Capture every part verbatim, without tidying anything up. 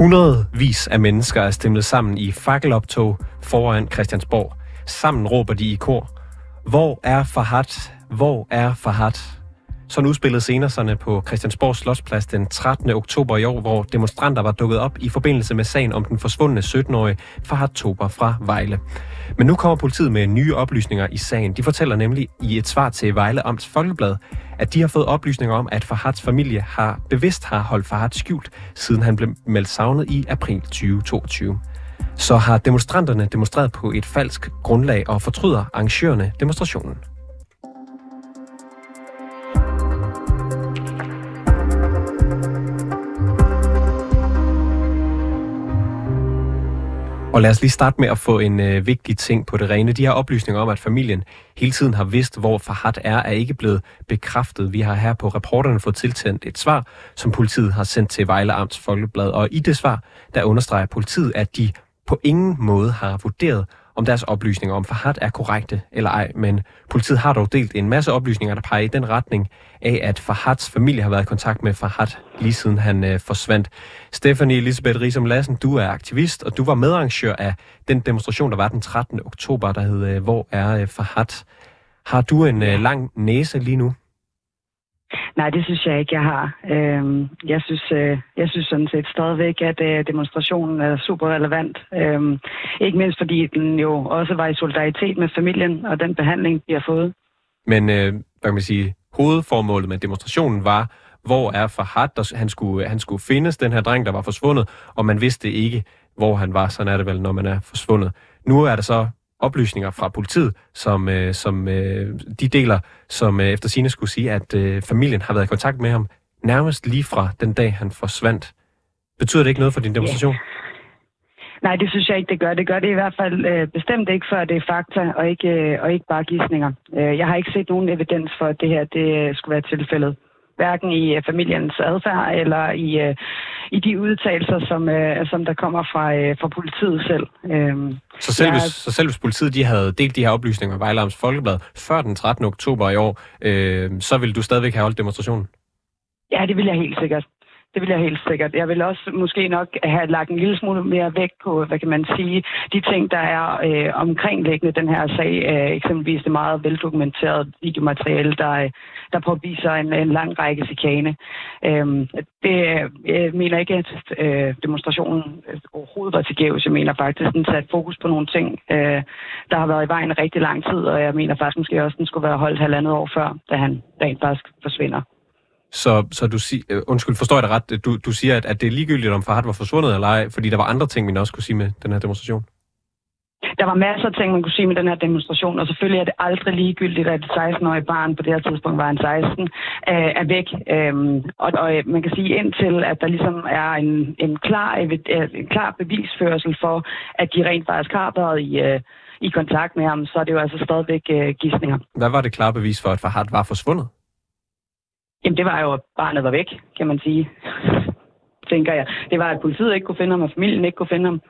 Hundredvis af mennesker er stemlet sammen i fakkeloptog foran Christiansborg. Sammen råber de i kor: Hvor er Farhad? Hvor er Farhad? Sådan udspillede scenerserne på Christiansborg Slotsplads den trettende oktober i år, hvor demonstranter var dukket op i forbindelse med sagen om den forsvundne sytten-årige Farhad Tober fra Vejle. Men nu kommer politiet med nye oplysninger i sagen. De fortæller nemlig i et svar til Vejle Amts Folkeblad, at de har fået oplysninger om, at Farhads familie har bevidst har holdt Farhad skjult, siden han blev meldt savnet i april tyve toogtyve. Så har demonstranterne demonstreret på et falsk grundlag og fortryder arrangørerne demonstrationen. Og lad os lige starte med at få en øh, vigtig ting på det rene. De her oplysninger om, at familien hele tiden har vidst, hvor Farhad er, er ikke blevet bekræftet. Vi har her på Reporterne fået tilsendt et svar, som politiet har sendt til Vejle Amts Folkeblad. Og i det svar, der understreger politiet, at de på ingen måde har vurderet, om deres oplysninger om Farhad er korrekte eller ej. Men politiet har dog delt en masse oplysninger, der peger i den retning af, at Farhads familie har været i kontakt med Farhad, lige siden han øh, forsvandt. Stephanie Elisabeth Risom Lassen, du er aktivist, og du var medarrangør af den demonstration, der var den trettende oktober, der hed øh, Hvor er øh, Farhad? Har du en øh, lang næse lige nu? Nej, det synes jeg ikke, jeg har. Øhm, jeg, synes, øh, jeg synes sådan set stadigvæk, at øh, demonstrationen er super relevant. Øhm, ikke mindst fordi den jo også var i solidaritet med familien og den behandling, de har fået. Men øh, hvad kan man sige, hovedformålet med demonstrationen var, hvor er Farhad? Der, han, skulle, han skulle findes, den her dreng, der var forsvundet, og man vidste ikke, hvor han var. Sådan er det vel, når man er forsvundet. Nu er der så oplysninger fra politiet, som, øh, som øh, de deler, som øh, efter sigende skulle sige, at øh, familien har været i kontakt med ham nærmest lige fra den dag, han forsvandt. Betyder det ikke noget for din demonstration? Yeah. Nej, det synes jeg ikke, det gør. Det gør det i hvert fald øh, bestemt ikke, før det er fakta, og ikke, øh, og ikke bare gidsninger. Øh, jeg har ikke set nogen evidens for, at det her det skulle være tilfældet. Hverken i øh, familiens adfærd eller i, øh, i de udtalelser, som, øh, som der kommer fra, øh, fra politiet selv. Øh, så, selv jeg... hvis, så selv hvis politiet de havde delt de her oplysninger af Vejle Amts Folkeblad før den trettende oktober i år, øh, så ville du stadigvæk have holdt demonstrationen? Ja, det vil jeg helt sikkert. Det vil jeg helt sikkert. Jeg vil også måske nok have lagt en lille smule mere vægt på, hvad kan man sige, de ting, der er øh, omkringliggende den her sag. Øh, eksempelvis det meget veldokumenterede videomateriale, der, der påviser en, en lang række chikane. Øh, det jeg mener ikke, at øh, demonstrationen overhovedet var tilgæves. Jeg mener faktisk, at den satte fokus på nogle ting, øh, der har været i vejen rigtig lang tid, og jeg mener faktisk måske også, at den skulle være holdt halvandet år før, da han rent faktisk forsvinder. Så, så du siger, undskyld, forstår jeg dig ret, du, du siger, at, at det er ligegyldigt, om Farhad var forsvundet eller ej, fordi der var andre ting, man også kunne sige med den her demonstration? Der var masser af ting, man kunne sige med den her demonstration, og selvfølgelig er det aldrig ligegyldigt, at et seksten-årigt barn, på det her tidspunkt var en seksten, øh, er væk. Øhm, og, og man kan sige indtil, at der ligesom er en, en, klar, en klar bevisførsel for, at de rent faktisk har været i, øh, i kontakt med ham, så er det jo altså stadigvæk øh, gidsninger. Hvad var det klare bevis for, at Farhad var forsvundet? Jamen, det var jo, at barnet var væk, kan man sige, tænker jeg. Det var, at politiet ikke kunne finde ham, og familien ikke kunne finde ham.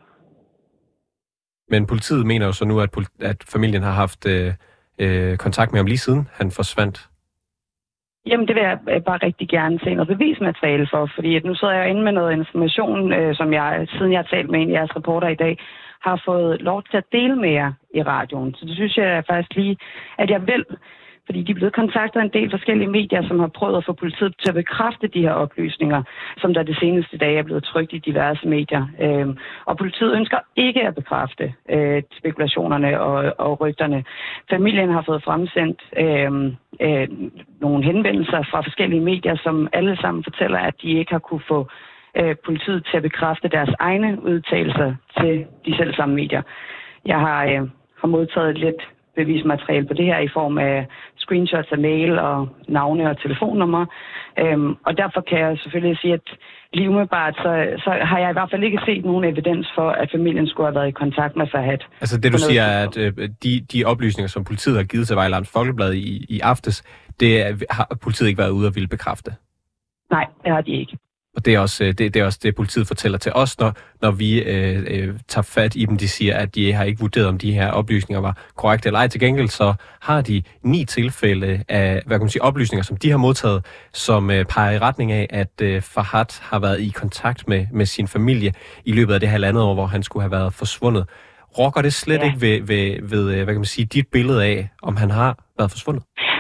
Men politiet mener jo så nu, at, politi- at familien har haft øh, øh, kontakt med ham lige siden han forsvandt. Jamen, det vil jeg bare rigtig gerne se noget bevismateriale for, fordi at nu sidder jeg inde med noget information, øh, som jeg, siden jeg har talt med en af jeres reporter i dag, har fået lov til at dele med jer i radioen. Så det synes jeg faktisk lige, at jeg vil. Fordi de er blevet kontaktet af en del forskellige medier, som har prøvet at få politiet til at bekræfte de her oplysninger, som der det seneste dage er blevet trykt i diverse medier. Øhm, og politiet ønsker ikke at bekræfte øh, spekulationerne og, og rygterne. Familien har fået fremsendt øh, øh, nogle henvendelser fra forskellige medier, som alle sammen fortæller, at de ikke har kunne få øh, politiet til at bekræfte deres egne udtalelser til de selv samme medier. Jeg har, øh, har modtaget lidt bevismateriale på det her i form af screenshots af mail og navne og telefonnumre. Øhm, og derfor kan jeg selvfølgelig sige, at lige umiddelbart, så, så har jeg i hvert fald ikke set nogen evidens for, at familien skulle have været i kontakt med Farhad. Altså det, du siger, er, at øh, de, de oplysninger, som politiet har givet til Vejle Amts Folkeblad i, i aftes, det er, har politiet ikke været ude og ville bekræfte? Nej, det har de ikke. Og det er også det, det, er også det politiet fortæller til os, når, når vi øh, øh, tager fat i dem. De siger, at de har ikke vurderet, om de her oplysninger var korrekte eller ej. Til gengæld så har de ni tilfælde af hvad kan man sige, oplysninger, som de har modtaget, som øh, peger i retning af, at øh, Farhad har været i kontakt med, med sin familie i løbet af det halvandet år, hvor han skulle have været forsvundet. Rokker det slet ja. ikke ved, ved, ved hvad kan man sige, dit billede af, om han har været forsvundet?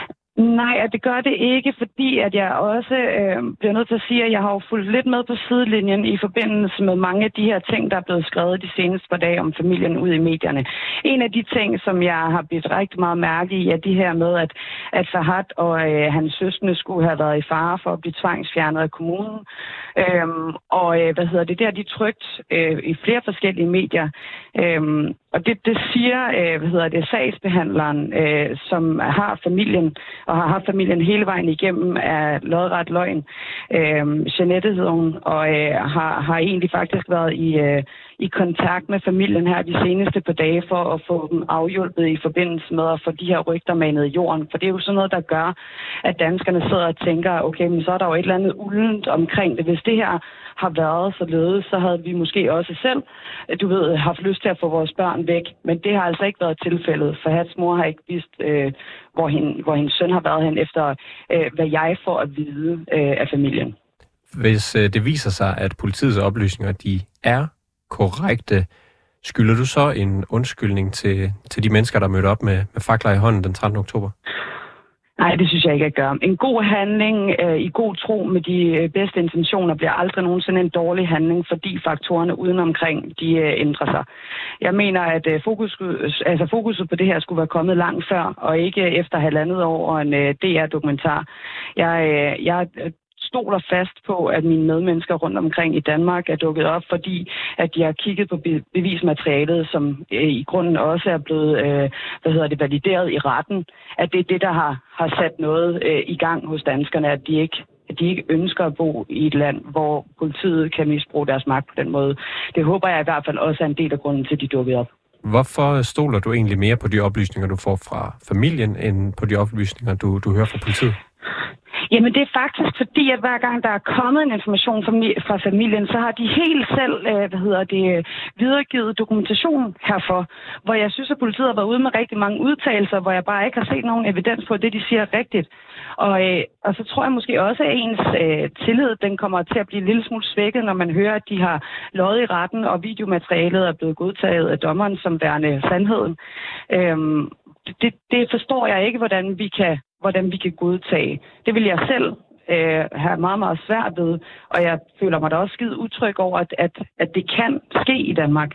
Nej, og det gør det ikke, fordi at jeg også øh, bliver nødt til at sige, at jeg har jo fulgt lidt med på sidelinjen i forbindelse med mange af de her ting, der er blevet skrevet de seneste par dage om familien ud i medierne. En af de ting, som jeg har bidt rigtig meget mærke i, er de her med, at, at Farhad og øh, hans søskende skulle have været i fare for at blive tvangsfjernet af kommunen. Øhm, og øh, hvad hedder det, der de trykt øh, i flere forskellige medier. Øhm, og det, det siger, øh, hvad hedder det, sagsbehandleren, øh, som har familien, og har haft familien hele vejen igennem, er lodret løgn. Øh, Jeanette hedder hun, og øh, har, har egentlig faktisk været i, øh, i kontakt med familien her de seneste par dage for at få dem afhjulpet i forbindelse med at få de her rygter manet i jorden. For det er jo sådan noget, der gør, at danskerne sidder og tænker, okay, men så er der jo et eller andet uldent omkring det. Hvis det her har været således, så havde vi måske også selv, du ved, haft lyst til at få vores børn væk. Men det har altså ikke været tilfældet, for Hads mor har ikke vidst, øh, hvor, hende, hvor hendes søn har været hen efter, øh, hvad jeg får at vide øh, af familien. Hvis øh, det viser sig, at politiets oplysninger, de er korrekte, skylder du så en undskyldning til, til de mennesker, der mødte op med, med fakler i hånden den trettende oktober? Nej, det synes jeg ikke, at gøre. En god handling øh, i god tro med de øh, bedste intentioner bliver aldrig nogensinde en dårlig handling, fordi faktorerne udenomkring, de øh, ændrer sig. Jeg mener, at øh, fokus, altså, fokuset på det her skulle være kommet langt før, og ikke efter halvandet år og en øh, D R-dokumentar. Jeg, øh, jeg stoler fast på, at mine medmennesker rundt omkring i Danmark er dukket op, fordi at de har kigget på bevismaterialet, som øh, i grunden også er blevet øh, hvad hedder det, valideret i retten, at det er det, der har, har sat noget øh, i gang hos danskerne, at de ikke at de ikke ønsker at bo i et land, hvor politiet kan misbruge deres magt på den måde. Det håber jeg i hvert fald også er en del af grunden til, at de dukkede op. Hvorfor stoler du egentlig mere på de oplysninger, du får fra familien, end på de oplysninger, du, du hører fra politiet? Jamen det er faktisk fordi, at hver gang der er kommet en information fra familien, så har de helt selv hvad hedder det, videregivet dokumentation herfor, hvor jeg synes, at politiet har været ude med rigtig mange udtalelser, hvor jeg bare ikke har set nogen evidens på, at det, de siger, er rigtigt. Og, og så tror jeg måske også, at ens øh, tillid, den kommer til at blive en lille smule svækket, når man hører, at de har løjet i retten, og videomaterialet er blevet godtaget af dommeren som værende sandheden. Øhm, det, det forstår jeg ikke, hvordan vi kan hvordan vi kan godtage. Det vil jeg selv øh, have meget, meget svært ved, og jeg føler mig da også skide utryg over, at, at, at det kan ske i Danmark.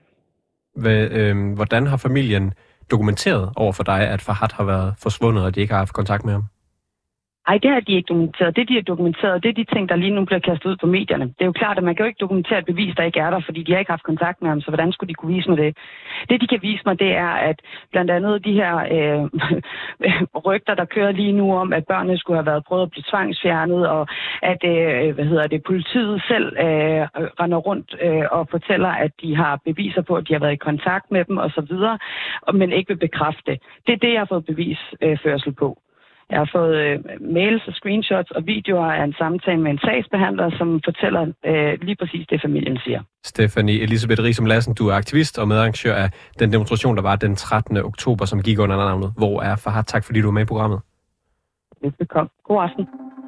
Hvad, øh, hvordan har familien dokumenteret over for dig, at Farhad har været forsvundet, og de ikke har haft kontakt med ham? Ej, det har de ikke dokumenteret. Det, de har dokumenteret, det er de ting, der lige nu bliver kastet ud på medierne. Det er jo klart, at man kan jo ikke dokumentere et bevis, der ikke er der, fordi de har ikke haft kontakt med ham, så hvordan skulle de kunne vise mig det? Det, de kan vise mig, det er, at blandt andet de her øh, rygter, der kører lige nu om, at børnene skulle have været prøvet at blive tvangsfjernet, og at øh, hvad hedder det, politiet selv øh, render rundt øh, og fortæller, at de har beviser på, at de har været i kontakt med dem osv., men ikke vil bekræfte det. Det er det, jeg har fået bevisførsel på. Jeg har fået øh, mails og screenshots og videoer af en samtale med en sagsbehandler, som fortæller øh, lige præcis det, familien siger. Stephanie Elisabeth Riisum Lassen, du er aktivist og medarrangør af den demonstration, der var den trettende oktober, som gik under navnet Hvor er Farhad? Tak fordi du er med i programmet. Velbekomme. God aften.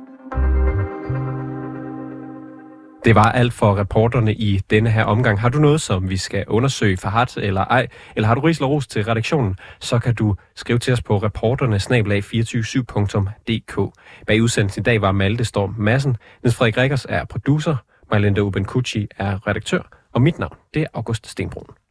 Det var alt for reporterne i denne her omgang. Har du noget, som vi skal undersøge Farhad eller ej, eller har du ris eller ros til redaktionen, så kan du skrive til os på reporterne snabel-a to fire syv punktum d k. Bag udsendelsen i dag var Malte Storm Madsen, Niels Frederik Rikkers er producer, Majlinda Uben Kucci er redaktør, og mit navn det er August Stenbrun.